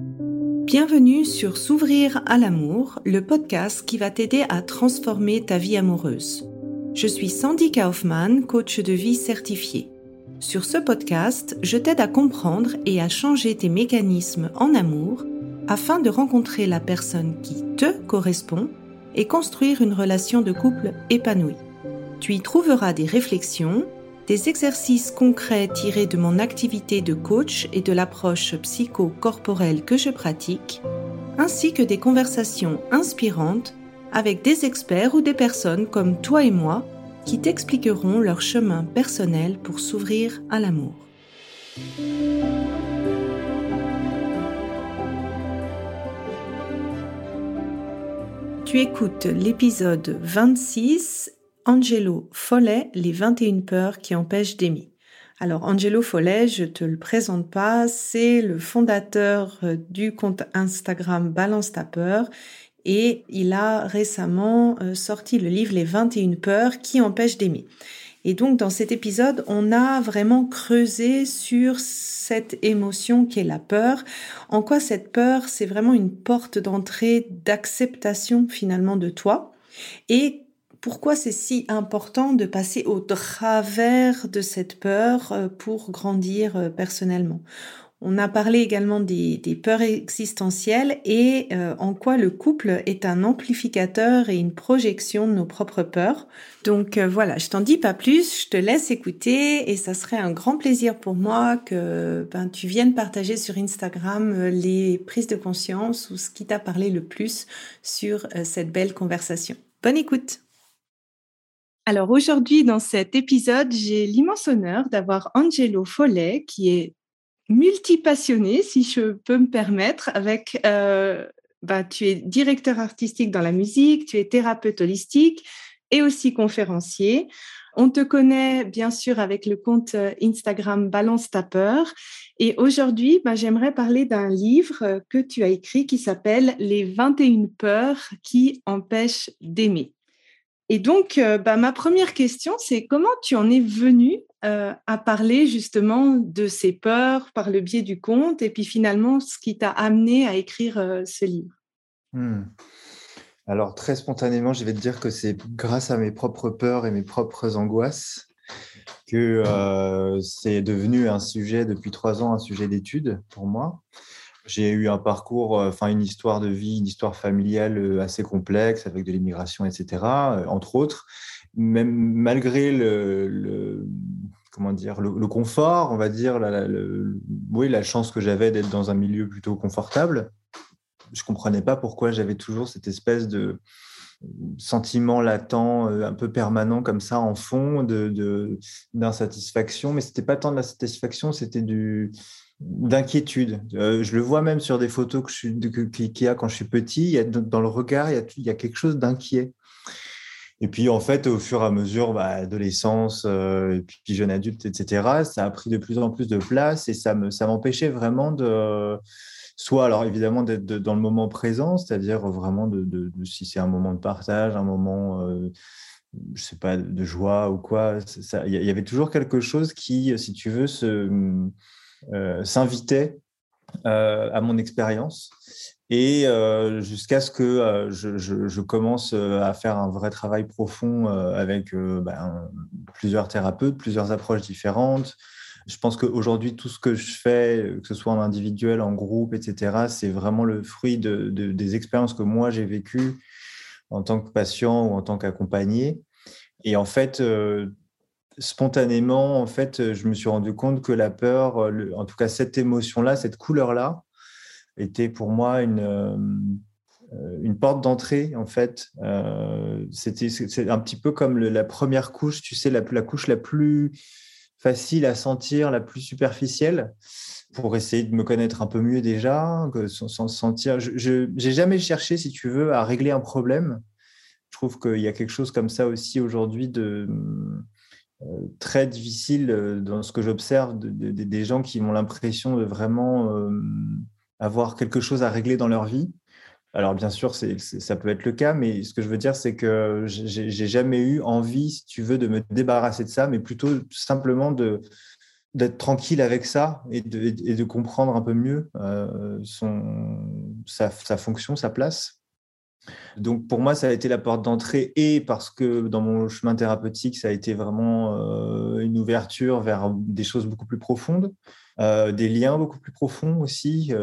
Bienvenue sur S'ouvrir à l'amour, le podcast qui va t'aider à transformer ta vie amoureuse. Je suis Sandy Kaufmann, coach de vie certifiée. Sur ce podcast, je t'aide à comprendre et à changer tes mécanismes en amour afin de rencontrer la personne qui te correspond et construire une relation de couple épanouie. Tu y trouveras des réflexions, des exercices concrets tirés de mon activité de coach et de l'approche psycho-corporelle que je pratique, ainsi que des conversations inspirantes avec des experts ou des personnes comme toi et moi qui t'expliqueront leur chemin personnel pour s'ouvrir à l'amour. Tu écoutes l'épisode 26, Angelo Follet, les 21 peurs qui empêchent d'aimer. Alors Angelo Follet, je te le présente pas, c'est le fondateur du compte Instagram Balance ta peur et il a récemment sorti le livre Les 21 peurs qui empêchent d'aimer. Et donc dans cet épisode, on a vraiment creusé sur cette émotion qui est la peur, en quoi cette peur, c'est vraiment une porte d'entrée d'acceptation finalement de toi et pourquoi c'est si important de passer au travers de cette peur pour grandir personnellement. On a parlé également des peurs existentielles et en quoi le couple est un amplificateur et une projection de nos propres peurs. Donc voilà, je t'en dis pas plus, je te laisse écouter et ça serait un grand plaisir pour moi que tu viennes partager sur Instagram les prises de conscience ou ce qui t'a parlé le plus sur cette belle conversation. Bonne écoute! Alors aujourd'hui, dans cet épisode, j'ai l'immense honneur d'avoir Angelo Follet qui est multipassionné, si je peux me permettre, tu es directeur artistique dans la musique, tu es thérapeute holistique et aussi conférencier. On te connaît bien sûr avec le compte Instagram Balance ta peur. Et aujourd'hui, j'aimerais parler d'un livre que tu as écrit qui s'appelle Les 21 peurs qui empêchent d'aimer. Et donc, ma première question, c'est comment tu en es venu à parler justement de ces peurs par le biais du conte et puis finalement ce qui t'a amené à écrire ce livre? Alors, très spontanément, je vais te dire que c'est grâce à mes propres peurs et mes propres angoisses que c'est devenu un sujet depuis 3 ans, un sujet d'étude pour moi. J'ai eu un parcours, une histoire de vie, une histoire familiale assez complexe avec de l'immigration, etc., entre autres. Même malgré le confort, on va dire, la chance que j'avais d'être dans un milieu plutôt confortable, je ne comprenais pas pourquoi j'avais toujours cette espèce de sentiment latent, un peu permanent comme ça en fond d'insatisfaction, mais c'était pas tant de la satisfaction, c'était d'inquiétude. Je le vois même sur des photos qu'il y a quand je suis petit, dans le regard, il y a quelque chose d'inquiet. Et puis, en fait, au fur et à mesure, adolescence, et puis jeune adulte, etc., ça a pris de plus en plus de place et ça m'empêchait vraiment soit alors évidemment d'être dans le moment présent, c'est-à-dire vraiment si c'est un moment de partage, un moment, je sais pas, de joie ou quoi, il y avait toujours quelque chose qui, si tu veux, s'invitait à mon expérience. Et jusqu'à ce que je commence à faire un vrai travail profond avec plusieurs thérapeutes, plusieurs approches différentes. Je pense qu'aujourd'hui, tout ce que je fais, que ce soit en individuel, en groupe, etc., c'est vraiment le fruit des expériences que moi, j'ai vécues en tant que patient ou en tant qu'accompagné. Et en fait, spontanément, je me suis rendu compte que la peur, en tout cas cette émotion-là, cette couleur-là, était pour moi une porte d'entrée, en fait. C'est un petit peu comme la première couche, tu sais, la couche la plus facile à sentir, la plus superficielle, pour essayer de me connaître un peu mieux déjà, sans sentir. Je n'ai jamais cherché, si tu veux, à régler un problème. Je trouve qu'il y a quelque chose comme ça aussi aujourd'hui de très difficile dans ce que j'observe des gens qui ont l'impression de vraiment avoir quelque chose à régler dans leur vie. Alors, bien sûr, ça peut être le cas, mais ce que je veux dire, c'est que j'ai jamais eu envie, si tu veux, de me débarrasser de ça, mais plutôt simplement d'être tranquille avec ça et de comprendre un peu mieux sa fonction, sa place. Donc pour moi, ça a été la porte d'entrée et parce que dans mon chemin thérapeutique, ça a été vraiment une ouverture vers des choses beaucoup plus profondes, des liens beaucoup plus profonds aussi.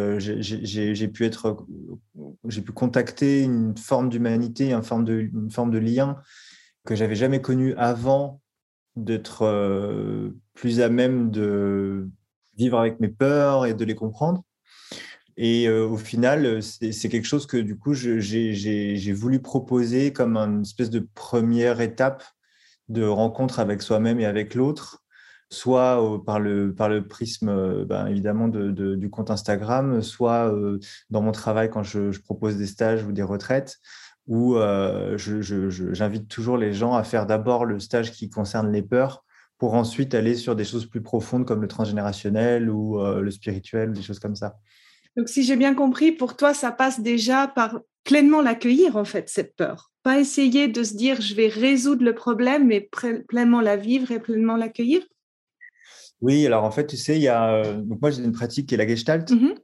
J'ai pu contacter une forme d'humanité, une forme de lien que j'avais jamais connu avant d'être plus à même de vivre avec mes peurs et de les comprendre. Et au final, c'est quelque chose que du coup, j'ai voulu proposer comme une espèce de première étape de rencontre avec soi-même et avec l'autre, soit par le prisme évidemment du compte Instagram, soit dans mon travail quand je propose des stages ou des retraites, où j'invite toujours les gens à faire d'abord le stage qui concerne les peurs pour ensuite aller sur des choses plus profondes comme le transgénérationnel ou le spirituel, des choses comme ça. Donc, si j'ai bien compris, pour toi, ça passe déjà par pleinement l'accueillir, en fait, cette peur. Pas essayer de se dire, je vais résoudre le problème, mais pleinement la vivre et pleinement l'accueillir. Oui, alors en fait, tu sais, donc moi j'ai une pratique qui est la Gestalt. Mm-hmm.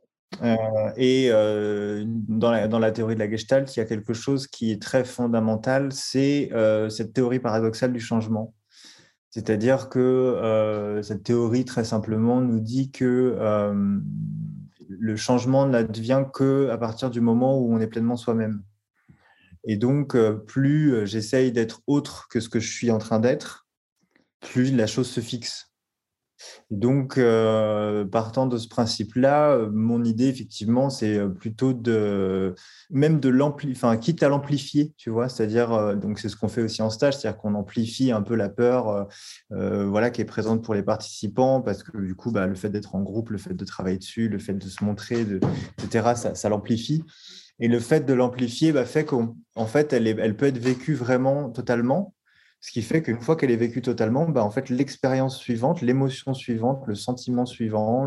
Dans la théorie de la Gestalt, il y a quelque chose qui est très fondamental, c'est cette théorie paradoxale du changement. C'est-à-dire que cette théorie, très simplement, nous dit que le changement n'advient qu'à partir du moment où on est pleinement soi-même. Et donc, plus j'essaye d'être autre que ce que je suis en train d'être, plus la chose se fixe. Donc, partant de ce principe-là, mon idée, effectivement, c'est plutôt quitte à l'amplifier, tu vois, c'est-à-dire, donc c'est ce qu'on fait aussi en stage, c'est-à-dire qu'on amplifie un peu la peur, voilà, qui est présente pour les participants, parce que du coup, le fait d'être en groupe, le fait de travailler dessus, le fait de se montrer, etc., ça l'amplifie. Et le fait de l'amplifier fait qu'en fait, elle peut être vécue vraiment totalement. Ce qui fait qu'une fois qu'elle est vécue totalement, en fait, l'expérience suivante, l'émotion suivante, le sentiment suivant,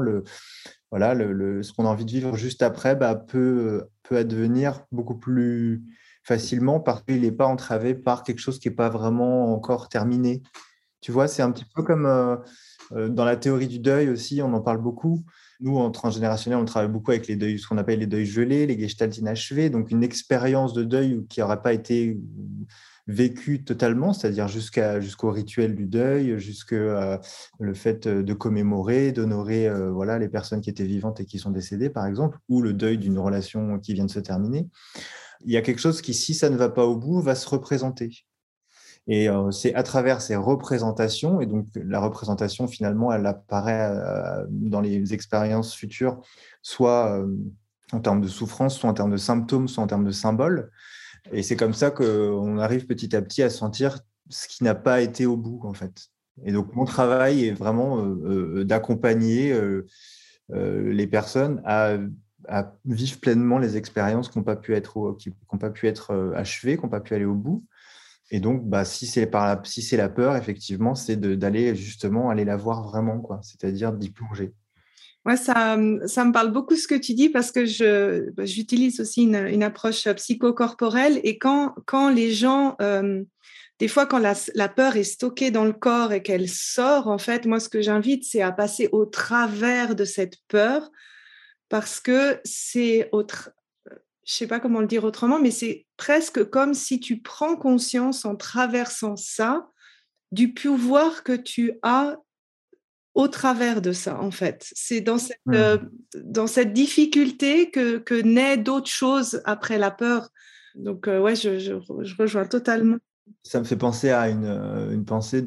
ce qu'on a envie de vivre juste après, peut advenir beaucoup plus facilement parce qu'il n'est pas entravé par quelque chose qui n'est pas vraiment encore terminé. Tu vois, c'est un petit peu comme dans la théorie du deuil aussi, on en parle beaucoup. Nous, en transgénérationnel, on travaille beaucoup avec les deuils, ce qu'on appelle les deuils gelés, les gestalt inachevés, donc une expérience de deuil qui n'aurait pas été vécu totalement, c'est-à-dire jusqu'au rituel du deuil, jusqu'au le fait de commémorer, d'honorer voilà, les personnes qui étaient vivantes et qui sont décédées, par exemple, ou le deuil d'une relation qui vient de se terminer. Il y a quelque chose qui, si ça ne va pas au bout, va se représenter. Et c'est à travers ces représentations, et donc la représentation, finalement, elle apparaît dans les expériences futures, soit en termes de souffrance, soit en termes de symptômes, soit en termes de symboles. Et c'est comme ça qu'on arrive petit à petit à sentir ce qui n'a pas été au bout, en fait. Et donc, mon travail est vraiment d'accompagner les personnes à vivre pleinement les expériences qui n'ont pas pu être, achevées, qui n'ont pas pu aller au bout. Et donc, si c'est la peur, effectivement, c'est d'aller justement aller la voir vraiment, quoi. C'est-à-dire d'y plonger. Ouais, ça me parle beaucoup ce que tu dis parce que j'utilise aussi une approche psychocorporelle et quand les gens, des fois quand la peur est stockée dans le corps et qu'elle sort, en fait, moi ce que j'invite c'est à passer au travers de cette peur parce que je sais pas comment le dire autrement, mais c'est presque comme si tu prends conscience en traversant ça du pouvoir que tu as au travers de ça, en fait. C'est dans cette difficulté que naît d'autres choses après la peur. Donc, ouais, je rejoins totalement. Ça me fait penser à une pensée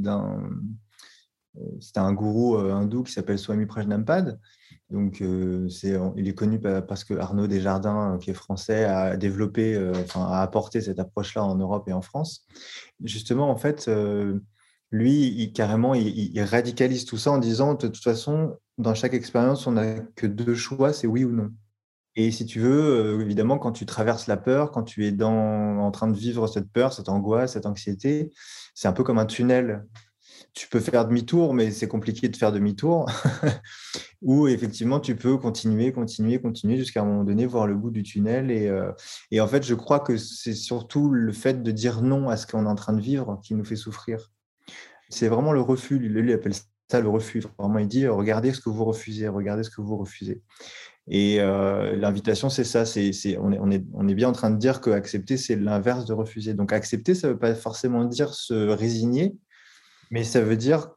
c'était un gourou hindou qui s'appelle Swami Prajnampad. Donc, il est connu parce que Arnaud Desjardins, qui est français, a développé, a apporté cette approche-là en Europe et en France. Justement, en fait, lui, il radicalise tout ça en disant, de toute façon, dans chaque expérience, on n'a que deux choix, c'est oui ou non. Et si tu veux, évidemment, quand tu traverses la peur, quand tu es en train de vivre cette peur, cette angoisse, cette anxiété, c'est un peu comme un tunnel. Tu peux faire demi-tour, mais c'est compliqué de faire demi-tour. Ou effectivement, tu peux continuer jusqu'à un moment donné, voir le bout du tunnel. Et en fait, je crois que c'est surtout le fait de dire non à ce qu'on est en train de vivre qui nous fait souffrir. C'est vraiment le refus. Lui, il appelle ça le refus. Vraiment, il dit regardez ce que vous refusez, regardez ce que vous refusez. Et l'invitation, c'est ça. On est bien en train de dire que accepter, c'est l'inverse de refuser. Donc accepter, ça ne veut pas forcément dire se résigner, mais ça veut dire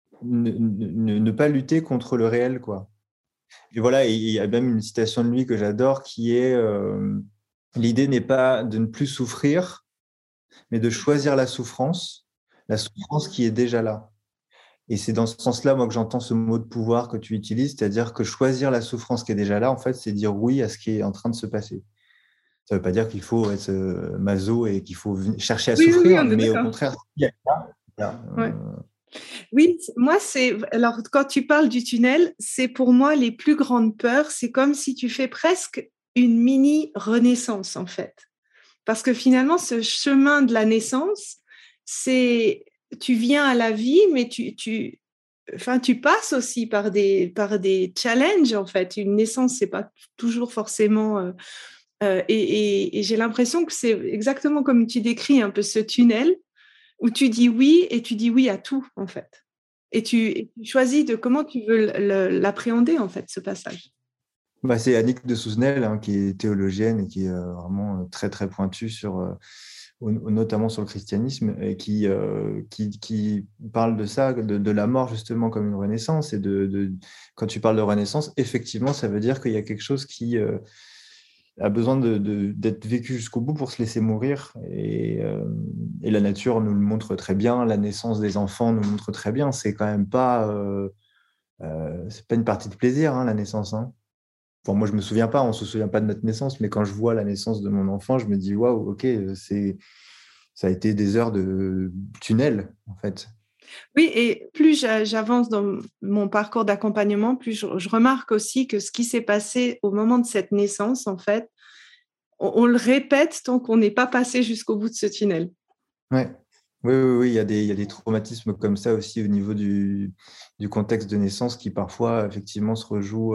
ne pas lutter contre le réel, quoi. Et voilà, et il y a même une citation de lui que j'adore qui est l'idée n'est pas de ne plus souffrir, mais de choisir la souffrance qui est déjà là. Et c'est dans ce sens-là, moi, que j'entends ce mot de pouvoir que tu utilises, c'est-à-dire que choisir la souffrance qui est déjà là, en fait, c'est dire oui à ce qui est en train de se passer. Ça ne veut pas dire qu'il faut être maso et qu'il faut chercher à Oui, oui, oui, souffrir, on est mais au d'accord. contraire, il y a ça, Ouais. Oui, moi, alors, quand tu parles du tunnel, c'est pour moi les plus grandes peurs. C'est comme si tu fais presque une mini renaissance, en fait. Parce que finalement, ce chemin de la naissance, c'est, tu viens à la vie, mais enfin, tu passes aussi par des challenges, en fait. Une naissance, c'est pas toujours forcément. Et j'ai l'impression que c'est exactement comme tu décris un peu ce tunnel où tu dis oui et tu dis oui à tout, en fait. Et tu choisis de comment tu veux l'appréhender, en fait, ce passage. Bah, c'est Annick de Souzenel, hein, qui est théologienne et qui est vraiment très, très pointue sur, notamment sur le christianisme, et qui parle de ça, de la mort justement comme une renaissance. Et quand tu parles de renaissance, effectivement, ça veut dire qu'il y a quelque chose qui a besoin d'être vécu jusqu'au bout pour se laisser mourir. Et la nature nous le montre très bien, la naissance des enfants nous le montre très bien. C'est quand même pas, c'est pas une partie de plaisir, hein, la naissance, hein. Bon, moi, je me souviens pas, on se souvient pas de notre naissance, mais quand je vois la naissance de mon enfant, je me dis waouh, ok, ça a été des heures de tunnel, en fait. Oui, et plus j'avance dans mon parcours d'accompagnement, plus je remarque aussi que ce qui s'est passé au moment de cette naissance, en fait, on le répète tant qu'on n'est pas passé jusqu'au bout de ce tunnel. Ouais. Oui, oui, oui, il y a des traumatismes comme ça aussi au niveau du contexte de naissance qui parfois, effectivement, se rejouent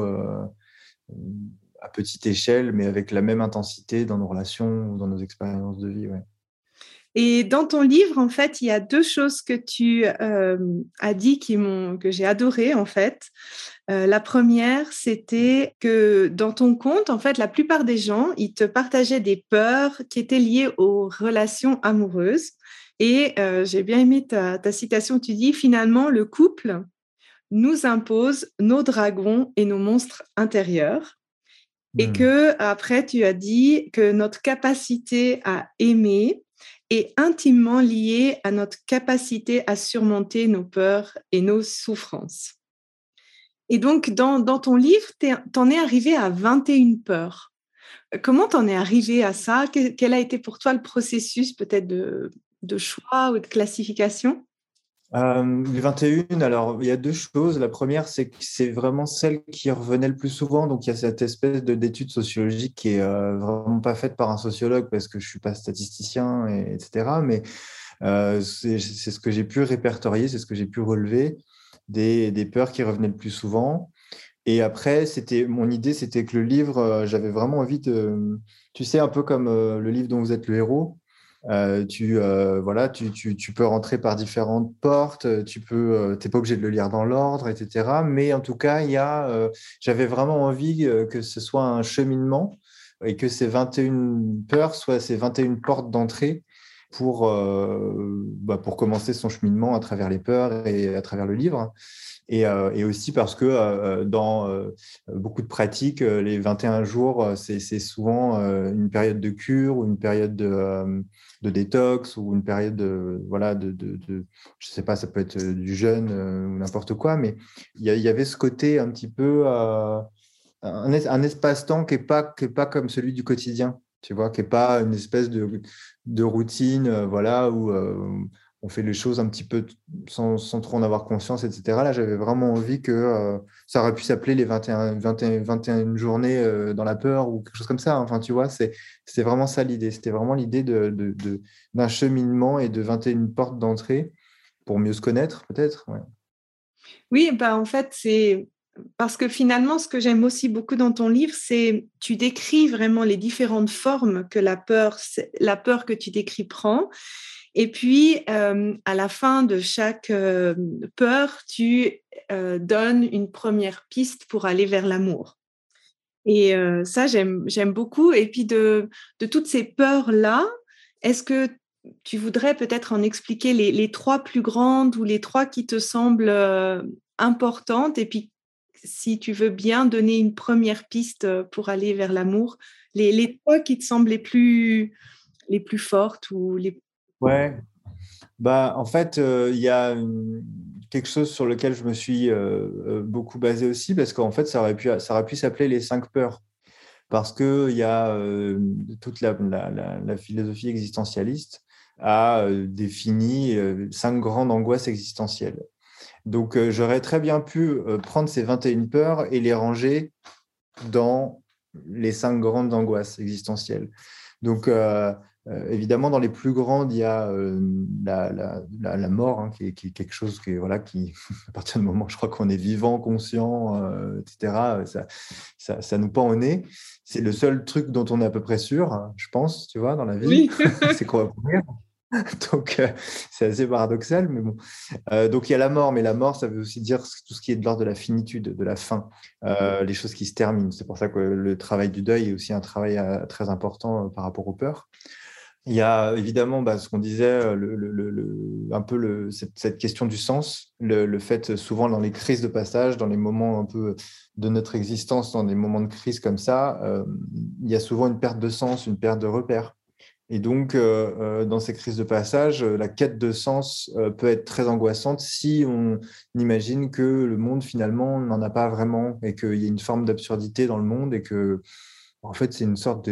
à petite échelle, mais avec la même intensité dans nos relations ou dans nos expériences de vie. Ouais. Et dans ton livre, en fait, il y a deux choses que tu as dit que j'ai adoré, en fait. La première, c'était que dans ton conte, en fait, la plupart des gens, ils te partageaient des peurs qui étaient liées aux relations amoureuses. Et j'ai bien aimé ta citation. Tu dis, finalement, le couple nous impose nos dragons et nos monstres intérieurs. Et Hmm. que après, tu as dit que notre capacité à aimer est intimement liée à notre capacité à surmonter nos peurs et nos souffrances. Et donc, dans ton livre, t'en es arrivé à 21 peurs. Comment t'en es arrivé à ça? Quel a été pour toi le processus peut-être de choix ou de classification? Les 21, alors il y a deux choses. La première, c'est que c'est vraiment celle qui revenait le plus souvent. Donc il y a cette espèce d'étude sociologique qui est vraiment pas faite par un sociologue parce que je suis pas statisticien, etc. Mais c'est ce que j'ai pu répertorier, c'est ce que j'ai pu relever des peurs qui revenaient le plus souvent. Et après, mon idée, c'était que le livre, j'avais vraiment envie de, tu sais, un peu comme le livre dont vous êtes le héros. Voilà, tu peux rentrer par différentes portes, t'es pas obligé de le lire dans l'ordre, etc. Mais en tout cas, j'avais vraiment envie que ce soit un cheminement et que ces 21 peurs soient ces 21 portes d'entrée pour commencer son cheminement à travers les peurs et à travers le livre. Et aussi parce que dans beaucoup de pratiques, les 21 jours, c'est souvent une période de cure ou une période de détox ou une période voilà, je sais pas, ça peut être du jeûne ou n'importe quoi, mais il y avait ce côté un petit peu, un espace-temps qui est pas comme celui du quotidien, tu vois, qui est pas une espèce de routine, voilà, où on fait les choses un petit peu sans trop en avoir conscience, etc. Là, j'avais vraiment envie que ça aurait pu s'appeler les 21 journées dans la peur ou quelque chose comme ça, hein. Enfin, tu vois, c'était vraiment ça l'idée. C'était vraiment l'idée d'un cheminement et de 21 portes d'entrée pour mieux se connaître, peut-être. Ouais. Oui, bah en fait, c'est parce que finalement, ce que j'aime aussi beaucoup dans ton livre, c'est tu décris vraiment les différentes formes que la peur que tu décris prend. Et puis, à la fin de chaque peur, tu donnes une première piste pour aller vers l'amour. Et ça, j'aime beaucoup. Et puis, de toutes ces peurs-là, est-ce que tu voudrais peut-être en expliquer les trois plus grandes ou les trois qui te semblent importantes? Et puis, si tu veux bien donner une première piste pour aller vers l'amour, les trois qui te semblent les plus fortes ou les... Ouais, bah, en fait, il y a quelque chose sur lequel je me suis beaucoup basé aussi, parce qu'en fait, ça aurait pu s'appeler les 5 peurs, parce qu'il y a toute la philosophie existentialiste a défini 5 grandes angoisses existentielles. Donc, j'aurais très bien pu prendre ces 21 peurs et les ranger dans les 5 grandes angoisses existentielles. Donc, évidemment, dans les plus grandes, il y a la mort, hein, qui est quelque chose voilà, qui, à partir du moment où je crois qu'on est vivant, conscient, etc., ça nous pend au nez. C'est le seul truc dont on est à peu près sûr, hein, je pense, tu vois, dans la vie, Oui. c'est qu'on va mourir. Donc, c'est assez paradoxal, mais bon. Donc, il y a la mort, mais la mort, ça veut aussi dire tout ce qui est de l'ordre de la finitude, de la fin, les choses qui se terminent. C'est pour ça que le travail du deuil est aussi un travail très important par rapport aux peurs. Il y a évidemment ce qu'on disait, un peu cette question du sens, le fait souvent dans les crises de passage, dans les moments un peu de notre existence, dans des moments de crise comme ça, il y a souvent une perte de sens, une perte de repère. Et donc, dans ces crises de passage, la quête de sens peut être très angoissante si on imagine que le monde, finalement, n'en a pas vraiment et qu'il y a une forme d'absurdité dans le monde et que, en fait, c'est une sorte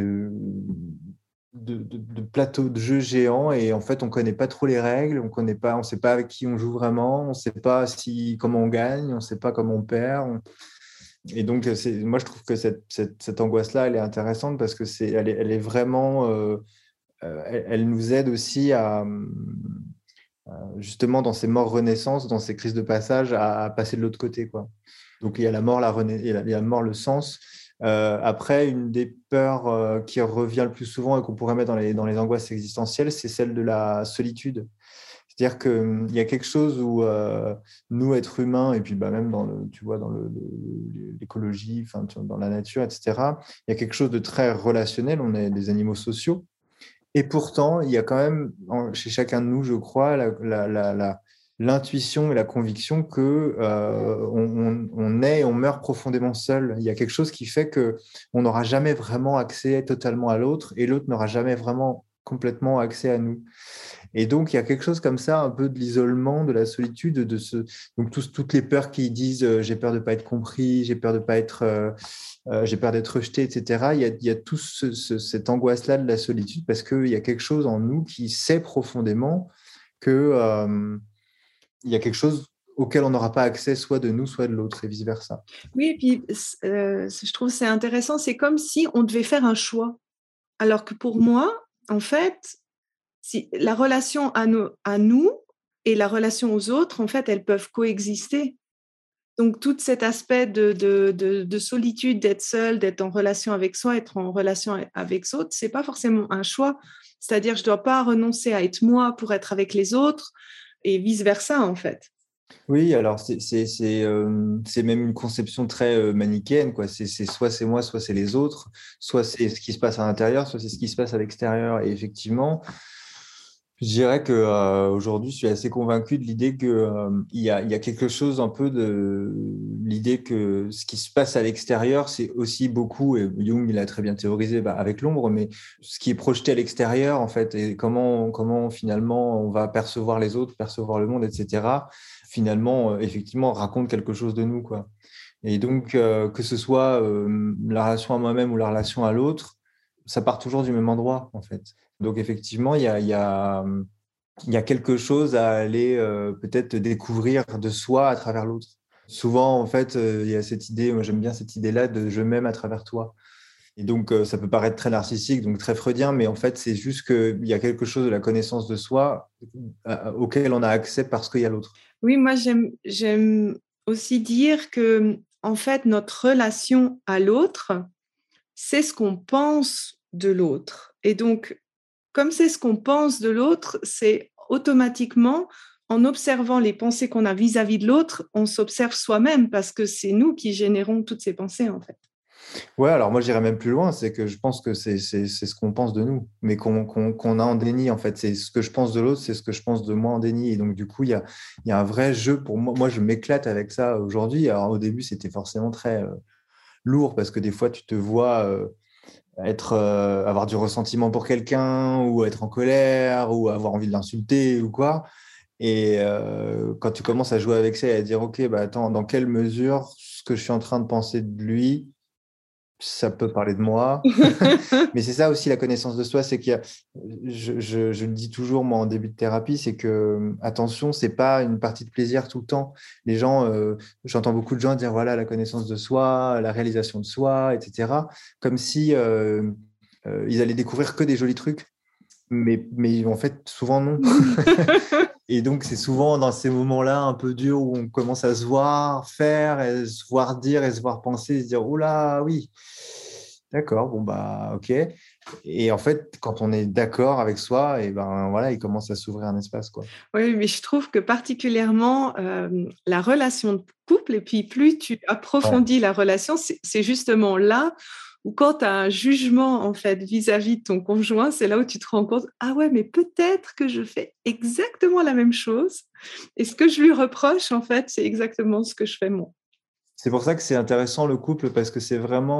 de plateau de jeu géant et en fait, on ne connaît pas trop les règles, on ne sait pas avec qui on joue vraiment, on ne sait pas comment on gagne, on ne sait pas comment on perd. Et donc, moi, je trouve que cette angoisse-là, elle est intéressante parce que elle est vraiment... elle nous aide aussi justement, dans ces morts renaissances, dans ces crises de passage, à passer de l'autre côté, quoi. Donc, il y a la mort, il y a la mort, le sens. Après, une des peurs qui revient le plus souvent et qu'on pourrait mettre dans les angoisses existentielles, c'est celle de la solitude. C'est-à-dire qu'il y a quelque chose où nous, êtres humains, et puis même tu vois, dans l'écologie, dans la nature, etc., il y a quelque chose de très relationnel. On est des animaux sociaux. Et pourtant, il y a quand même, chez chacun de nous, je crois, l'intuition et la conviction que on est et on meurt profondément seul. Il y a quelque chose qui fait que on n'aura jamais vraiment accès totalement à l'autre et l'autre n'aura jamais vraiment complètement accès à nous. Et donc, il y a quelque chose comme ça, un peu de l'isolement, de la solitude, donc toutes les peurs qui disent j'ai peur de ne pas être compris, j'ai peur de pas être, j'ai peur d'être rejeté, etc. Il y a tout cette angoisse-là de la solitude parce qu'il y a quelque chose en nous qui sait profondément que il y a quelque chose auquel on n'aura pas accès soit de nous, soit de l'autre et vice-versa. Oui, et puis je trouve que c'est intéressant, c'est comme si on devait faire un choix. Alors que pour moi, en fait, si la relation à nous et la relation aux autres, en fait, elles peuvent coexister. Donc, tout cet aspect de solitude, d'être seul, d'être en relation avec soi, être en relation avec les autres, c'est pas forcément un choix. C'est-à-dire, je dois pas renoncer à être moi pour être avec les autres et vice-versa, en fait. Oui, alors c'est même une conception très manichéenne, quoi. Soit c'est moi, soit c'est les autres, soit c'est ce qui se passe à l'intérieur, soit c'est ce qui se passe à l'extérieur. Et effectivement, je dirais que aujourd'hui, je suis assez convaincu de l'idée que il y a quelque chose un peu de l'idée que ce qui se passe à l'extérieur, c'est aussi beaucoup, et Jung il a très bien théorisé avec l'ombre, mais ce qui est projeté à l'extérieur, en fait, et comment finalement on va percevoir les autres, percevoir le monde, etc. Finalement, effectivement, raconte quelque chose de nous, quoi. Et donc, que ce soit la relation à moi-même ou la relation à l'autre, ça part toujours du même endroit, en fait. Donc, effectivement, il y a quelque chose à aller peut-être découvrir de soi à travers l'autre. Souvent, en fait, il y a cette idée, moi j'aime bien cette idée-là de je m'aime à travers toi. Et donc, ça peut paraître très narcissique, donc très freudien, mais en fait, c'est juste qu'il y a quelque chose de la connaissance de soi auquel on a accès parce qu'il y a l'autre. Oui, moi, j'aime aussi dire que, en fait, notre relation à l'autre, c'est ce qu'on pense de l'autre. Et donc, comme c'est ce qu'on pense de l'autre, c'est automatiquement, en observant les pensées qu'on a vis-à-vis de l'autre, on s'observe soi-même parce que c'est nous qui générons toutes ces pensées, en fait. Ouais, alors moi j'irais même plus loin, c'est que je pense que c'est ce qu'on pense de nous, mais qu'on a en déni en fait. C'est ce que je pense de l'autre, c'est ce que je pense de moi en déni. Et donc du coup, il y a un vrai jeu pour moi. Moi, je m'éclate avec ça aujourd'hui. Alors au début, c'était forcément très lourd parce que des fois, tu te vois avoir du ressentiment pour quelqu'un ou être en colère ou avoir envie de l'insulter ou quoi. Et quand tu commences à jouer avec ça et à dire, OK, bah attends, dans quelle mesure ce que je suis en train de penser de lui, ça peut parler de moi. Mais c'est ça aussi la connaissance de soi, c'est qu'il y a, je le dis toujours moi en début de thérapie, c'est que attention, c'est pas une partie de plaisir tout le temps. Les gens, j'entends beaucoup de gens dire voilà la connaissance de soi, la réalisation de soi, etc. Comme si ils allaient découvrir que des jolis trucs, mais en fait souvent non. Et donc, c'est souvent dans ces moments-là un peu durs où on commence à se voir faire, et se voir dire et se voir penser, et se dire, oula, oui, d'accord, bon, bah, ok. Et en fait, quand on est d'accord avec soi, et ben voilà, il commence à s'ouvrir un espace, quoi. Oui, mais je trouve que particulièrement la relation de couple, et puis plus tu Ouais. approfondis la relation, c'est justement là où quand tu as un jugement en fait vis-à-vis de ton conjoint, c'est là où tu te rends compte, ah ouais, mais peut-être que je fais exactement la même chose. Et ce que je lui reproche, en fait, c'est exactement ce que je fais moi. C'est pour ça que c'est intéressant le couple, parce que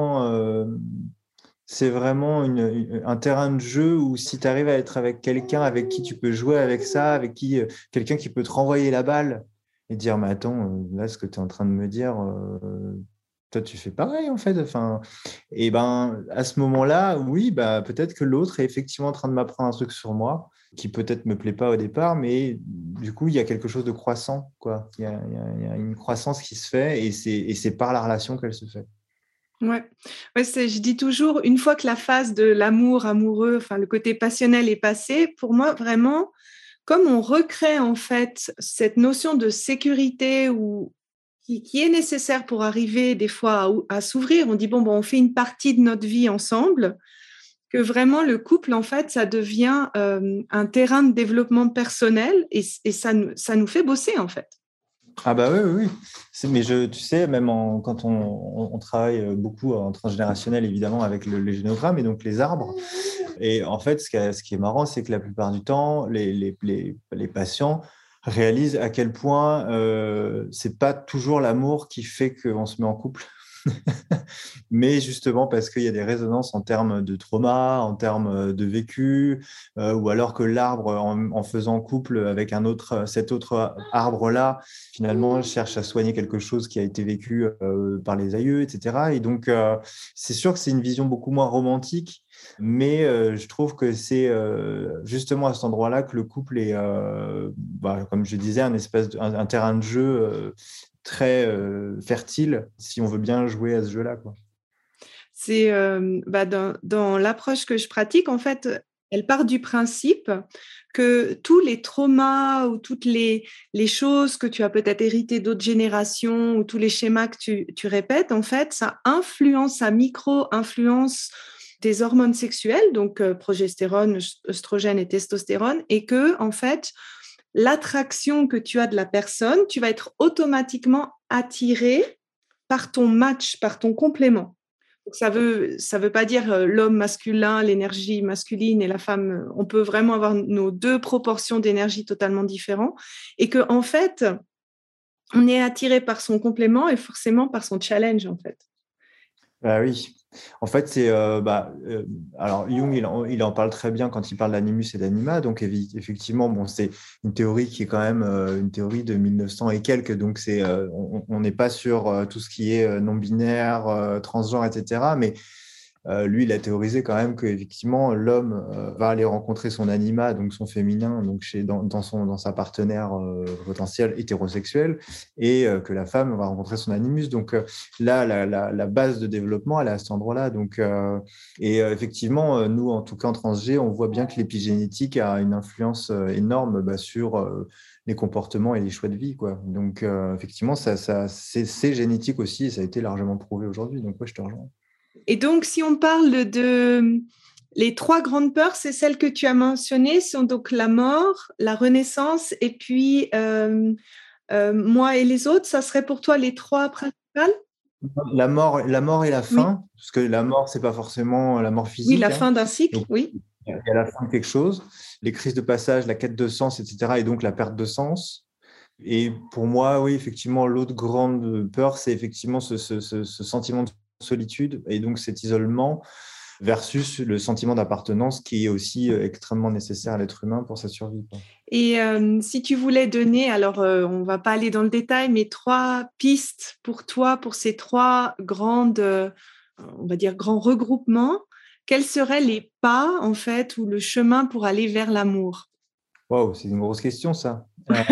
c'est vraiment un terrain de jeu où si tu arrives à être avec quelqu'un avec qui tu peux jouer avec ça, avec qui quelqu'un qui peut te renvoyer la balle et dire, mais attends, là, ce que tu es en train de me dire, toi, tu fais pareil, en fait. Enfin, et ben, à ce moment-là, oui, bah, peut-être que l'autre est effectivement en train de m'apprendre un truc sur moi qui peut-être me plaît pas au départ, mais du coup, il y a quelque chose de croissant, quoi. Il y a une croissance qui se fait et c'est par la relation qu'elle se fait. Ouais, ouais je dis toujours, une fois que la phase de l'amour amoureux, enfin le côté passionnel est passé, pour moi, vraiment, comme on recrée en fait cette notion de sécurité ou qui est nécessaire pour arriver des fois à s'ouvrir, on dit bon, on fait une partie de notre vie ensemble, que vraiment le couple en fait ça devient un terrain de développement personnel et ça nous fait bosser en fait. Ah bah oui, oui, oui. Mais tu sais, même quand on travaille beaucoup en transgénérationnel, évidemment, avec les génogrammes et donc les arbres. Et en fait, ce qui est marrant, c'est que la plupart du temps, les patients réalisent à quel point c'est pas toujours l'amour qui fait qu'on se met en couple. Mais justement parce qu'il y a des résonances en termes de trauma, en termes de vécu, ou alors que l'arbre, en faisant couple avec cet autre arbre-là, finalement cherche à soigner quelque chose qui a été vécu par les aïeux, etc. Et donc, c'est sûr que c'est une vision beaucoup moins romantique, mais je trouve que c'est justement à cet endroit-là que le couple est, comme je disais, un terrain de jeu très fertile si on veut bien jouer à ce jeu-là, quoi. C'est dans l'approche que je pratique, en fait, elle part du principe que tous les traumas ou toutes les choses que tu as peut-être héritées d'autres générations ou tous les schémas que tu répètes, en fait, ça micro-influence tes hormones sexuelles, donc progestérone, œstrogène et testostérone, et que, en fait, l'attraction que tu as de la personne, tu vas être automatiquement attiré par ton match, par ton complément. Donc ça veut pas dire l'homme masculin, l'énergie masculine et la femme. On peut vraiment avoir nos deux proportions d'énergie totalement différentes et que en fait, on est attiré par son complément et forcément par son challenge en fait. Ah oui, en fait, alors Jung, il en parle très bien quand il parle d'animus et d'anima. Donc, effectivement, bon, c'est une théorie qui est quand même une théorie de 1900 et quelques. Donc, on n'est pas sur tout ce qui est non-binaire, transgenre, etc. Mais lui, il a théorisé quand même qu'effectivement, l'homme va aller rencontrer son anima, donc son féminin, donc dans sa partenaire potentielle hétérosexuelle, et que la femme va rencontrer son animus. Donc là, la base de développement, elle est à cet endroit-là. Donc, effectivement, nous, en tout cas en transg, on voit bien que l'épigénétique a une influence énorme sur les comportements et les choix de vie, quoi. Donc, effectivement, c'est génétique aussi, et ça a été largement prouvé aujourd'hui. Donc, ouais, je te rejoins. Et donc si on parle Les 3 grandes peurs, c'est celles que tu as mentionnées, sont donc la mort, la renaissance et puis moi et les autres. Ça serait pour toi les 3 principales? La mort et la Oui, fin, parce que la mort, c'est pas forcément la mort oui, la physique, hein. fin d'un cycle, Donc, oui. il y a la fin de quelque chose, les crises de passage, la quête de sens, etc., et donc la perte de sens. Et pour moi, oui, effectivement, l'autre grande peur, c'est effectivement ce sentiment de solitude et donc cet isolement versus le sentiment d'appartenance qui est aussi extrêmement nécessaire à l'être humain pour sa survie, quoi. Et si tu voulais donner, alors on va pas aller dans le détail, mais 3 pistes pour toi, pour ces 3 grandes, on va dire grands regroupements, quels seraient les pas en fait ou le chemin pour aller vers l'amour? Waouh, c'est une grosse question, ça.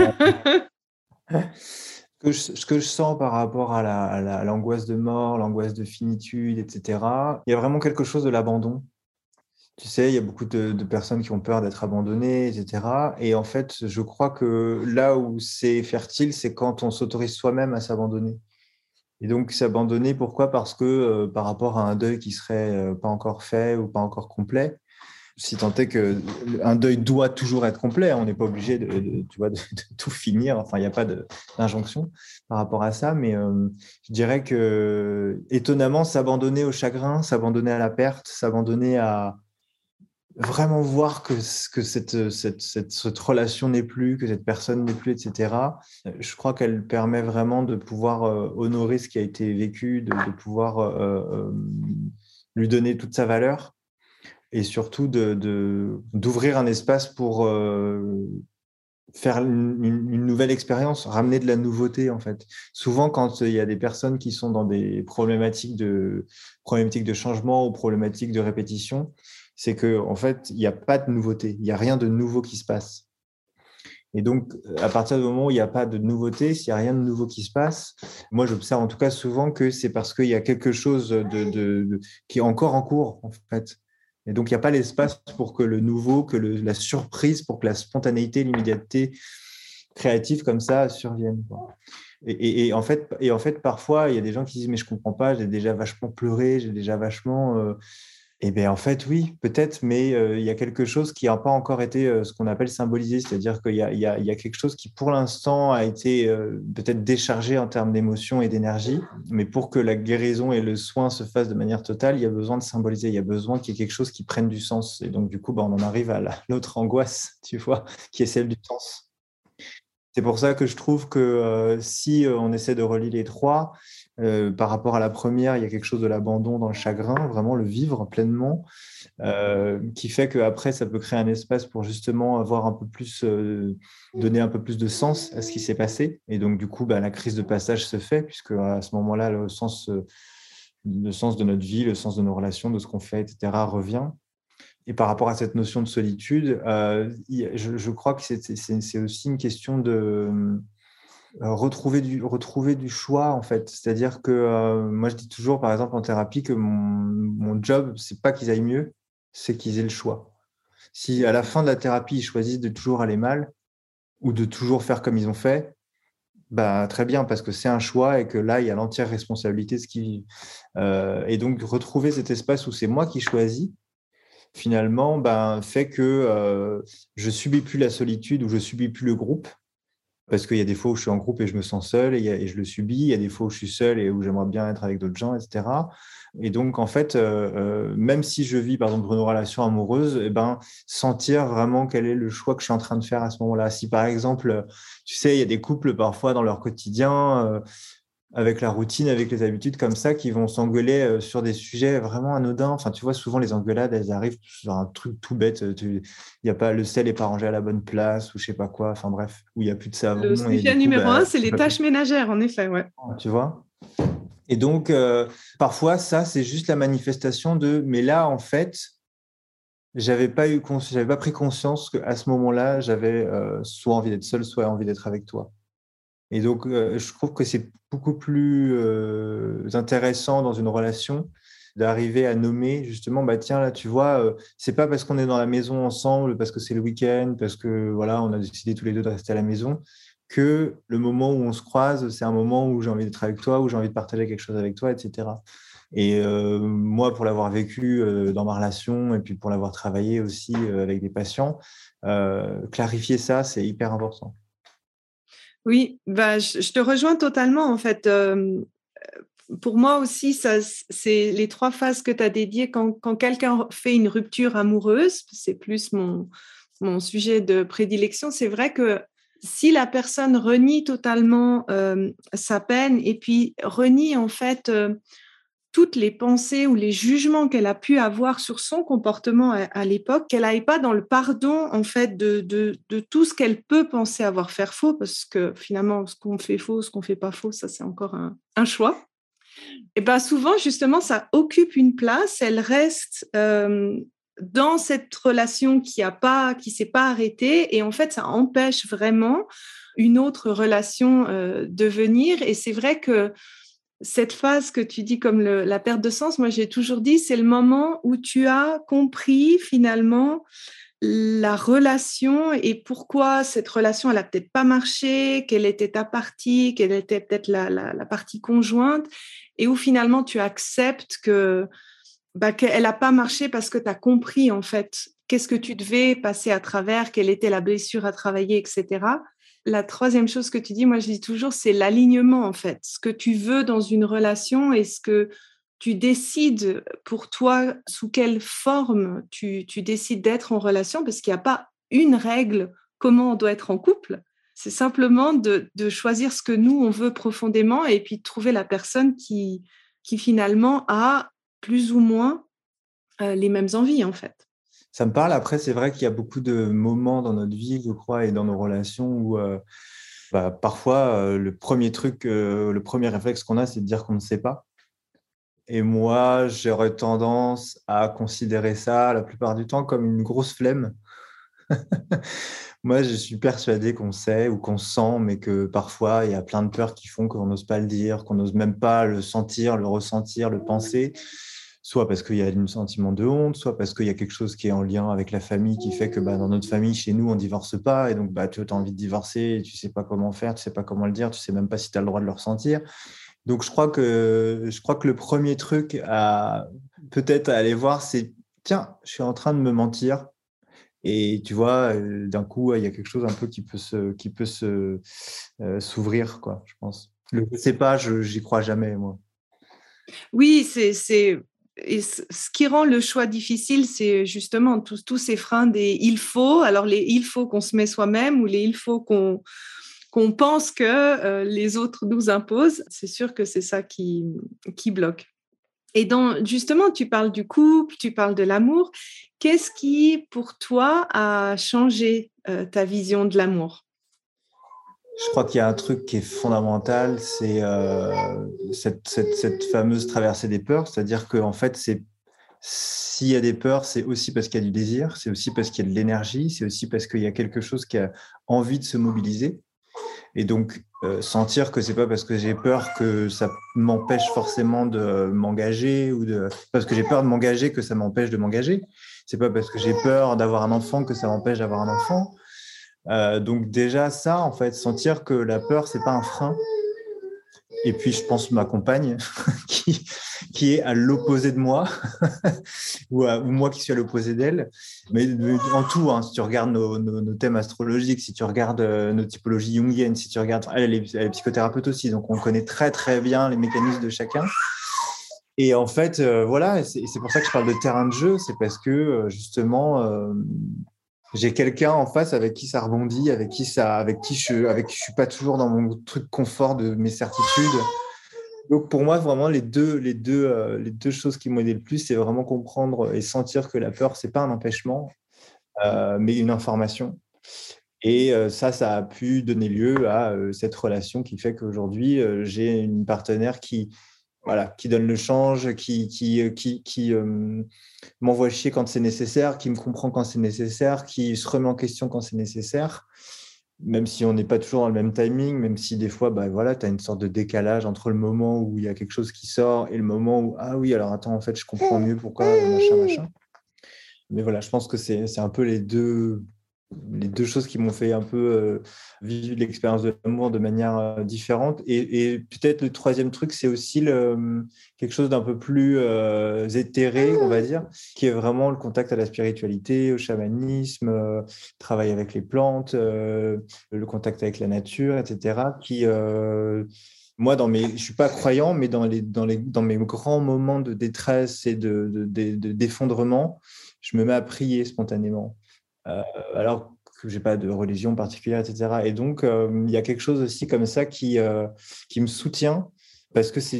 Ce que je sens par rapport à l'angoisse de mort, l'angoisse de finitude, etc., il y a vraiment quelque chose de l'abandon. Tu sais, il y a beaucoup de personnes qui ont peur d'être abandonnées, etc. Et en fait, je crois que là où c'est fertile, c'est quand on s'autorise soi-même à s'abandonner. Et donc, s'abandonner, pourquoi? Parce que par rapport à un deuil qui serait pas encore fait ou pas encore complet, si tant est que un deuil doit toujours être complet, on n'est pas obligé tu vois, de tout finir. Enfin, il n'y a pas d'injonction par rapport à ça, mais je dirais que étonnamment, s'abandonner au chagrin, s'abandonner à la perte, s'abandonner à vraiment voir que cette relation n'est plus, que cette personne n'est plus, etc. Je crois qu'elle permet vraiment de pouvoir honorer ce qui a été vécu, de pouvoir lui donner toute sa valeur et surtout d'ouvrir un espace pour faire une nouvelle expérience, ramener de la nouveauté en fait. Souvent, quand il y a des personnes qui sont dans des problématiques de changement ou problématiques de répétition, c'est que en fait, il n'y a pas de nouveauté, il n'y a rien de nouveau qui se passe. Et donc, à partir du moment où il n'y a pas de nouveauté, s'il n'y a rien de nouveau qui se passe, moi, j'observe en tout cas souvent que c'est parce qu'il y a quelque chose qui est encore en cours, en fait. Et donc, il n'y a pas l'espace pour que le nouveau, la surprise, pour que la spontanéité, l'immédiateté créative comme ça surviennent, quoi. En fait, parfois, il y a des gens qui disent, mais je comprends pas, j'ai déjà vachement pleuré, j'ai déjà vachement eh bien, en fait, oui, peut-être, mais il y a quelque chose qui n'a pas encore été ce qu'on appelle symbolisé, c'est-à-dire qu'il y a quelque chose qui, pour l'instant, a été peut-être déchargé en termes d'émotion et d'énergie, mais pour que la guérison et le soin se fassent de manière totale, il y a besoin de symboliser, il y a besoin qu'il y ait quelque chose qui prenne du sens. Et donc, du coup, bah, on en arrive à l'autre angoisse, tu vois, qui est celle du sens. C'est pour ça que je trouve que si on essaie de relier les trois, par rapport à la première, il y a quelque chose de l'abandon dans le chagrin, vraiment le vivre pleinement, qui fait qu'après, ça peut créer un espace pour justement avoir un peu plus, donner un peu plus de sens à ce qui s'est passé. Et donc, du coup, bah, la crise de passage se fait, puisque à ce moment-là, le sens de notre vie, le sens de nos relations, de ce qu'on fait, etc., revient. Et par rapport à cette notion de solitude, je crois que c'est aussi une question de retrouver du choix, en fait. C'est-à-dire que moi, je dis toujours, par exemple, en thérapie, que mon job, c'est pas qu'ils aillent mieux, c'est qu'ils aient le choix. Si à la fin de la thérapie, ils choisissent de toujours aller mal ou de toujours faire comme ils ont fait, bah, très bien, parce que c'est un choix et que là, il y a l'entière responsabilité de ce qu'ils vivent. Et donc, retrouver cet espace où c'est moi qui choisis, finalement, ben, fait que je subis plus la solitude ou je subis plus le groupe. Parce qu'il y a des fois où je suis en groupe et je me sens seul et je le subis. Il y a des fois où je suis seul et où j'aimerais bien être avec d'autres gens, etc. Et donc, en fait, même si je vis, par exemple, une relation amoureuse, eh ben, sentir vraiment quel est le choix que je suis en train de faire à ce moment-là. Si, par exemple, tu sais, il y a des couples parfois dans leur quotidien, avec la routine, avec les habitudes comme ça, qui vont s'engueuler sur des sujets vraiment anodins. Enfin, tu vois, souvent les engueulades, elles arrivent sur un truc tout bête. Il y a pas, le sel n'est pas rangé à la bonne place ou je sais pas quoi. Enfin bref, où il y a plus de Le savon et sujet du coup, numéro bah, un, c'est les tâches ménagères, en effet, ouais. tu vois. Et donc, parfois, ça, c'est juste la manifestation de. Mais là, en fait, j'avais pas pris conscience qu'à ce moment-là, j'avais soit envie d'être seul, soit envie d'être avec toi. Et donc, je trouve que c'est beaucoup plus intéressant dans une relation d'arriver à nommer justement, bah tiens, là, tu vois, c'est pas parce qu'on est dans la maison ensemble, parce que c'est le week-end, parce que voilà, on a décidé tous les deux de rester à la maison, que le moment où on se croise, c'est un moment où j'ai envie d'être avec toi, où j'ai envie de partager quelque chose avec toi, etc. Et moi, pour l'avoir vécu dans ma relation et puis pour l'avoir travaillé aussi avec des patients, clarifier ça, c'est hyper important. Oui, bah, je te rejoins totalement en fait. Pour moi aussi, ça, c'est les 3 phases que tu as dédiées quand quelqu'un fait une rupture amoureuse, c'est plus mon sujet de prédilection. C'est vrai que si la personne renie totalement sa peine et puis renie en fait toutes les pensées ou les jugements qu'elle a pu avoir sur son comportement à l'époque, qu'elle n'aille pas dans le pardon en fait de tout ce qu'elle peut penser avoir fait faux, parce que finalement, ce qu'on fait faux, ce qu'on fait pas faux, ça c'est encore un choix. Et ben souvent, justement, ça occupe une place, elle reste dans cette relation qui s'est pas arrêtée, et en fait, ça empêche vraiment une autre relation de venir. Et c'est vrai que cette phase que tu dis comme la perte de sens, moi j'ai toujours dit, c'est le moment où tu as compris finalement la relation et pourquoi cette relation, elle a peut-être pas marché, quelle était ta partie, quelle était peut-être la partie conjointe, et où finalement tu acceptes qu'elle a pas marché parce que tu as compris en fait qu'est-ce que tu devais passer à travers, quelle était la blessure à travailler, etc. La troisième chose que tu dis, moi je dis toujours, c'est l'alignement en fait. Ce que tu veux dans une relation et ce que tu décides pour toi, sous quelle forme tu décides d'être en relation, parce qu'il n'y a pas une règle comment on doit être en couple. C'est simplement de choisir ce que nous, on veut profondément et puis de trouver la personne qui finalement a plus ou moins les mêmes envies en fait. Ça me parle. Après, c'est vrai qu'il y a beaucoup de moments dans notre vie, je crois, et dans nos relations où parfois, le premier truc, le premier réflexe qu'on a, c'est de dire qu'on ne sait pas. Et moi, j'aurais tendance à considérer ça la plupart du temps comme une grosse flemme. Moi, je suis persuadé qu'on sait ou qu'on sent, mais que parfois, il y a plein de peurs qui font qu'on n'ose pas le dire, qu'on n'ose même pas le sentir, le ressentir, le penser. Soit parce qu'il y a un sentiment de honte, soit parce qu'il y a quelque chose qui est en lien avec la famille qui fait que dans notre famille, chez nous, on ne divorce pas. Et donc, tu as envie de divorcer, et tu ne sais pas comment faire, tu ne sais pas comment le dire, tu ne sais même pas si tu as le droit de le ressentir. Donc, je crois que le premier truc à peut-être à aller voir, c'est, tiens, je suis en train de me mentir. Et tu vois, d'un coup, il y a quelque chose un peu qui peut s'ouvrir, quoi, je pense. Le je sais pas, j'y crois jamais, moi. Oui, et ce qui rend le choix difficile, c'est justement tous ces freins des il faut. Alors, les il faut qu'on se met soi-même ou les il faut qu'on pense que les autres nous imposent. C'est sûr que c'est ça qui bloque. Et justement, tu parles du couple, tu parles de l'amour. Qu'est-ce qui, pour toi, a changé ta vision de l'amour? Je crois qu'il y a un truc qui est fondamental, c'est cette fameuse traversée des peurs. C'est-à-dire qu'en fait, s'il y a des peurs, c'est aussi parce qu'il y a du désir, c'est aussi parce qu'il y a de l'énergie, c'est aussi parce qu'il y a quelque chose qui a envie de se mobiliser. Et donc, sentir que c'est pas parce que j'ai peur que ça m'empêche forcément de m'engager parce que j'ai peur de m'engager que ça m'empêche de m'engager. C'est pas parce que j'ai peur d'avoir un enfant que ça m'empêche d'avoir un enfant. Donc déjà ça, en fait, sentir que la peur, c'est pas un frein. Et puis je pense ma compagne qui, qui est à l'opposé de moi ou moi qui suis à l'opposé d'elle. Mais en tout, hein, si tu regardes nos thèmes astrologiques, si tu regardes nos typologies jungiennes, si tu regardes, elle est psychothérapeute aussi, donc on connaît très très bien les mécanismes de chacun. Et en fait, voilà, c'est pour ça que je parle de terrain de jeu, c'est parce que justement, j'ai quelqu'un en face avec qui ça rebondit, avec qui je suis pas toujours dans mon truc confort de mes certitudes. Donc pour moi, vraiment, les deux choses qui m'ont aidé le plus, c'est vraiment comprendre et sentir que la peur, c'est pas un empêchement, mais une information. Et ça a pu donner lieu à cette relation qui fait qu'aujourd'hui, j'ai une partenaire voilà, qui donne le change, qui m'envoie chier quand c'est nécessaire, qui me comprend quand c'est nécessaire, qui se remet en question quand c'est nécessaire, même si on n'est pas toujours dans le même timing, même si des fois, voilà, tu as une sorte de décalage entre le moment où il y a quelque chose qui sort et le moment où, ah oui, alors attends, en fait, je comprends mieux pourquoi, machin, machin. Mais voilà, je pense que c'est un peu les deux les deux choses qui m'ont fait un peu vivre l'expérience de l'amour de manière différente. Et peut-être le troisième truc, c'est aussi quelque chose d'un peu plus éthéré, on va dire, qui est vraiment le contact à la spiritualité, au chamanisme, travail avec les plantes, le contact avec la nature, etc. Moi, je suis pas croyant, mais dans mes grands moments de détresse et d'effondrement, je me mets à prier spontanément. Alors que j'ai pas de religion particulière, etc. Et donc, il y a quelque chose aussi comme ça qui me soutient parce que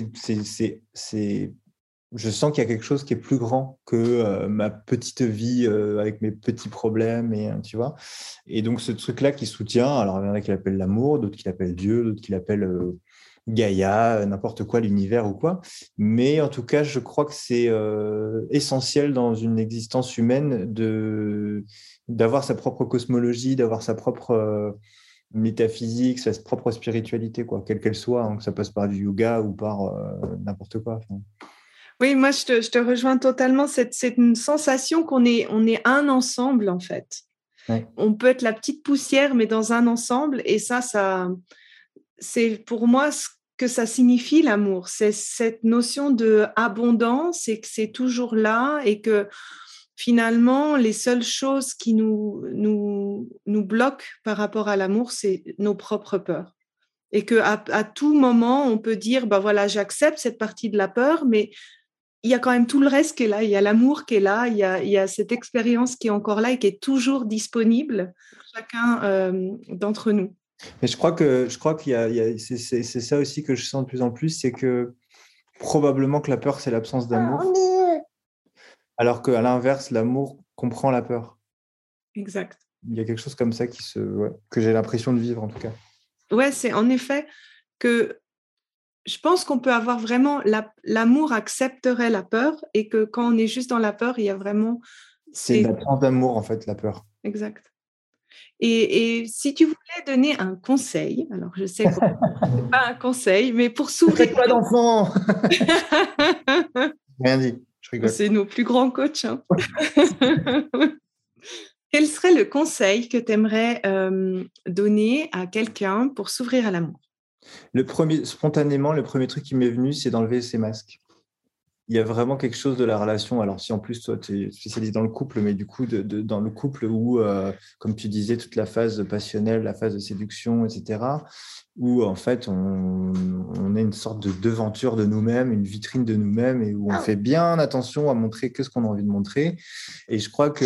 je sens qu'il y a quelque chose qui est plus grand que ma petite vie avec mes petits problèmes, et tu vois. Et donc, ce truc-là qui soutient, alors il y en a qui l'appellent l'amour, d'autres qui l'appellent Dieu, d'autres qui l'appellent Gaïa, n'importe quoi, l'univers ou quoi. Mais en tout cas, je crois que c'est essentiel dans une existence humaine d'avoir sa propre cosmologie, d'avoir sa propre métaphysique, sa propre spiritualité, quoi, quelle qu'elle soit, hein, que ça passe par du yoga ou par n'importe quoi. Enfin. Oui, moi, je te rejoins totalement. C'est une sensation on est un ensemble, en fait. Ouais. On peut être la petite poussière, mais dans un ensemble. Et ça c'est pour moi ce que ça signifie, l'amour. C'est cette notion d'abondance et que c'est toujours là et que finalement, les seules choses qui nous bloquent par rapport à l'amour, c'est nos propres peurs. Et qu'à tout moment, on peut dire, bah voilà, j'accepte cette partie de la peur, mais il y a quand même tout le reste qui est là. Il y a l'amour qui est là, il y a cette expérience qui est encore là et qui est toujours disponible pour chacun d'entre nous. Mais je crois c'est ça aussi que je sens de plus en plus, c'est que probablement que la peur, c'est l'absence d'amour, alors qu'à l'inverse, l'amour comprend la peur. Exact. Il y a quelque chose comme ça que j'ai l'impression de vivre en tout cas. Ouais, c'est en effet que je pense qu'on peut avoir vraiment l'amour accepterait la peur et que quand on est juste dans la peur, il y a vraiment C'est l'absence d'amour en fait, la peur. Exact. Et si tu voulais donner un conseil, alors je sais que c'est pas un conseil, mais pour s'ouvrir. Faites pas d'enfants. Rien dit, je rigole. C'est nos plus grands coachs. Hein. Quel serait le conseil que tu aimerais donner à quelqu'un pour s'ouvrir à l'amour? Spontanément, le premier truc qui m'est venu, c'est d'enlever ses masques. Il y a vraiment quelque chose de la relation. Alors, si en plus, toi, tu es spécialisé dans le couple, mais du coup, dans le couple où, comme tu disais, toute la phase passionnelle, la phase de séduction, etc., où en fait, on est une sorte de devanture de nous-mêmes, une vitrine de nous-mêmes, et où on fait bien attention à montrer que ce qu'on a envie de montrer. Et je crois que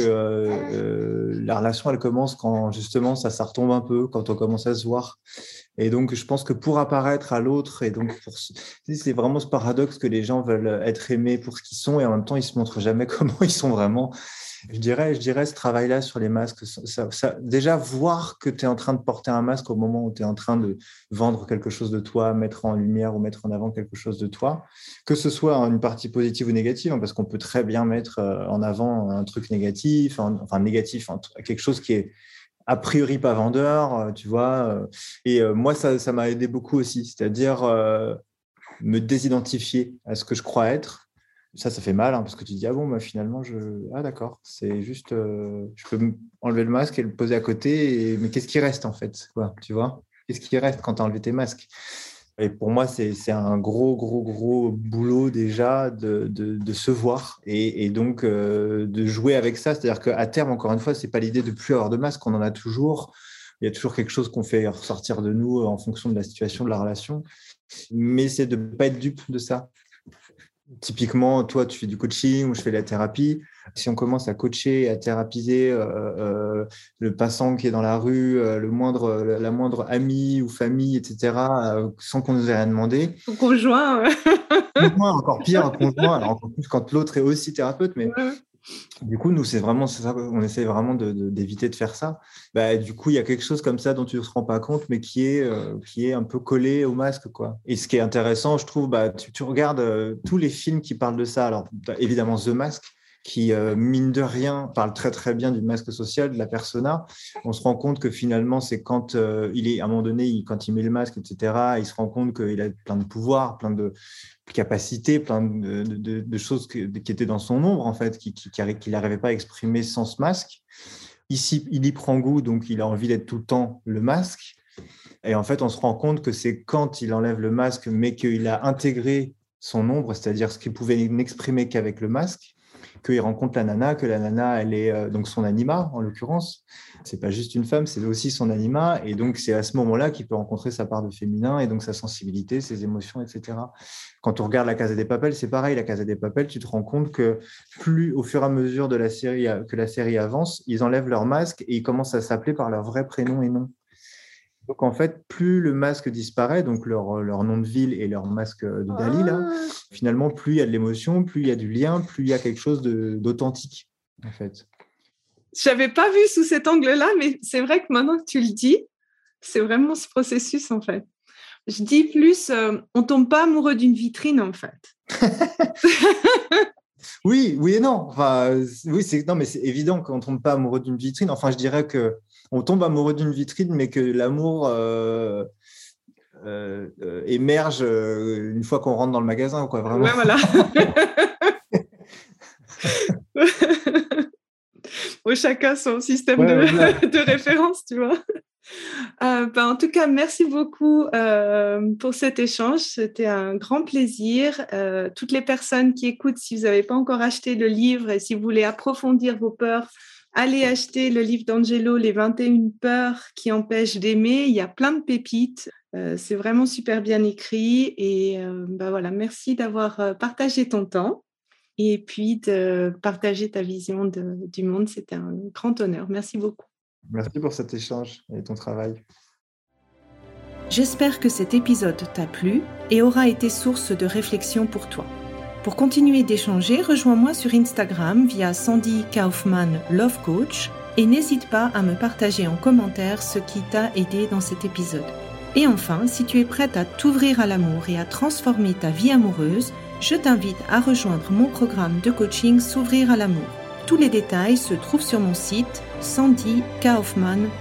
la relation, elle commence quand justement ça retombe un peu, quand on commence à se voir. Et donc, je pense que pour apparaître à l'autre, et donc c'est vraiment ce paradoxe que les gens veulent être aimés pour ce qu'ils sont, et en même temps, ils se montrent jamais comment ils sont vraiment. Je dirais ce travail-là sur les masques, déjà voir que tu es en train de porter un masque au moment où tu es en train de vendre quelque chose de toi, mettre en lumière ou mettre en avant quelque chose de toi, que ce soit une partie positive ou négative, hein, parce qu'on peut très bien mettre en avant un truc négatif, enfin négatif, quelque chose qui est a priori pas vendeur, tu vois. Et moi, ça m'a aidé beaucoup aussi, c'est-à-dire me désidentifier à ce que je crois être. Ça fait mal, hein, parce que tu dis, ah bon, bah, finalement, ah d'accord, c'est juste, je peux enlever le masque et le poser à côté, mais qu'est-ce qui reste en fait, quoi, tu vois? Qu'est-ce qui reste quand tu as enlevé tes masques? Et pour moi, c'est un gros boulot déjà de se voir et donc de jouer avec ça. C'est-à-dire qu'à terme, encore une fois, ce n'est pas l'idée de plus avoir de masque, on en a toujours. Il y a toujours quelque chose qu'on fait ressortir de nous en fonction de la situation, de la relation. Mais c'est de ne pas être dupe de ça. Typiquement, toi, tu fais du coaching ou je fais de la thérapie. Si on commence à coacher, à thérapiser le passant qui est dans la rue, la moindre amie ou famille, etc., sans qu'on nous ait rien demandé. Ton conjoint. Conjoint, encore pire, un conjoint, alors encore plus quand l'autre est aussi thérapeute, mais du coup, nous, c'est ça, on essaie vraiment d'éviter de faire ça. Bah, du coup, il y a quelque chose comme ça dont tu ne te rends pas compte, mais qui est un peu collé au masque, quoi. Et ce qui est intéressant, je trouve, bah, tu regardes tous les films qui parlent de ça. Alors, évidemment, The Mask, qui, mine de rien, parle très, très bien du masque social, de la persona. On se rend compte que finalement, c'est quand il est, à un moment donné, quand il met le masque, etc., il se rend compte qu'il a plein de pouvoirs, plein de capacités, plein de choses qui étaient dans son ombre, en fait, qu'il n'arrivait pas à exprimer sans ce masque. ici, il y prend goût, donc il a envie d'être tout le temps le masque. Et en fait, on se rend compte que c'est quand il enlève le masque, mais qu'il a intégré son ombre, c'est-à-dire ce qu'il pouvait n'exprimer qu'avec le masque, qu'il rencontre la nana, que la nana, elle est donc son anima, en l'occurrence. C'est pas juste une femme, c'est aussi son anima. Et donc, c'est à ce moment-là qu'il peut rencontrer sa part de féminin et donc sa sensibilité, ses émotions, etc. Quand on regarde La Casa de Papel, c'est pareil. La Casa de Papel, tu te rends compte que plus au fur et à mesure de la série, que la série avance, ils enlèvent leur masque et ils commencent à s'appeler par leur vrai prénom et nom. Donc, en fait, plus le masque disparaît, donc leur nom de ville et leur masque de Dali, là, finalement, plus il y a de l'émotion, plus il y a du lien, plus il y a quelque chose d'authentique, en fait. Je n'avais pas vu sous cet angle-là, mais c'est vrai que maintenant que tu le dis, c'est vraiment ce processus, en fait. Je dis plus, on ne tombe pas amoureux d'une vitrine, en fait. Oui et non. Enfin, oui, non, mais c'est évident qu'on ne tombe pas amoureux d'une vitrine. Enfin, je dirais qu'on tombe amoureux d'une vitrine, mais que l'amour émerge une fois qu'on rentre dans le magasin, quoi, vraiment. Ouais, voilà. Chacun son système de référence, tu vois. En tout cas, merci beaucoup pour cet échange. C'était un grand plaisir. Toutes les personnes qui écoutent, si vous n'avez pas encore acheté le livre et si vous voulez approfondir vos peurs, allez acheter le livre d'Angelo, Les 21 peurs qui empêchent d'aimer. Il y a plein de pépites. C'est vraiment super bien écrit. Et voilà, merci d'avoir partagé ton temps. Et puis de partager ta vision du monde. C'était un grand honneur. Merci beaucoup. Merci pour cet échange et ton travail. J'espère que cet épisode t'a plu et aura été source de réflexion pour toi. Pour continuer d'échanger, rejoins-moi sur Instagram via Sandy Kaufman Love Coach et n'hésite pas à me partager en commentaire ce qui t'a aidé dans cet épisode. Et enfin, si tu es prête à t'ouvrir à l'amour et à transformer ta vie amoureuse, je t'invite à rejoindre mon programme de coaching S'ouvrir à l'amour. Tous les détails se trouvent sur mon site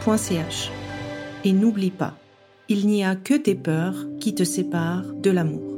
sandykaufman.ch. Et n'oublie pas, il n'y a que tes peurs qui te séparent de l'amour.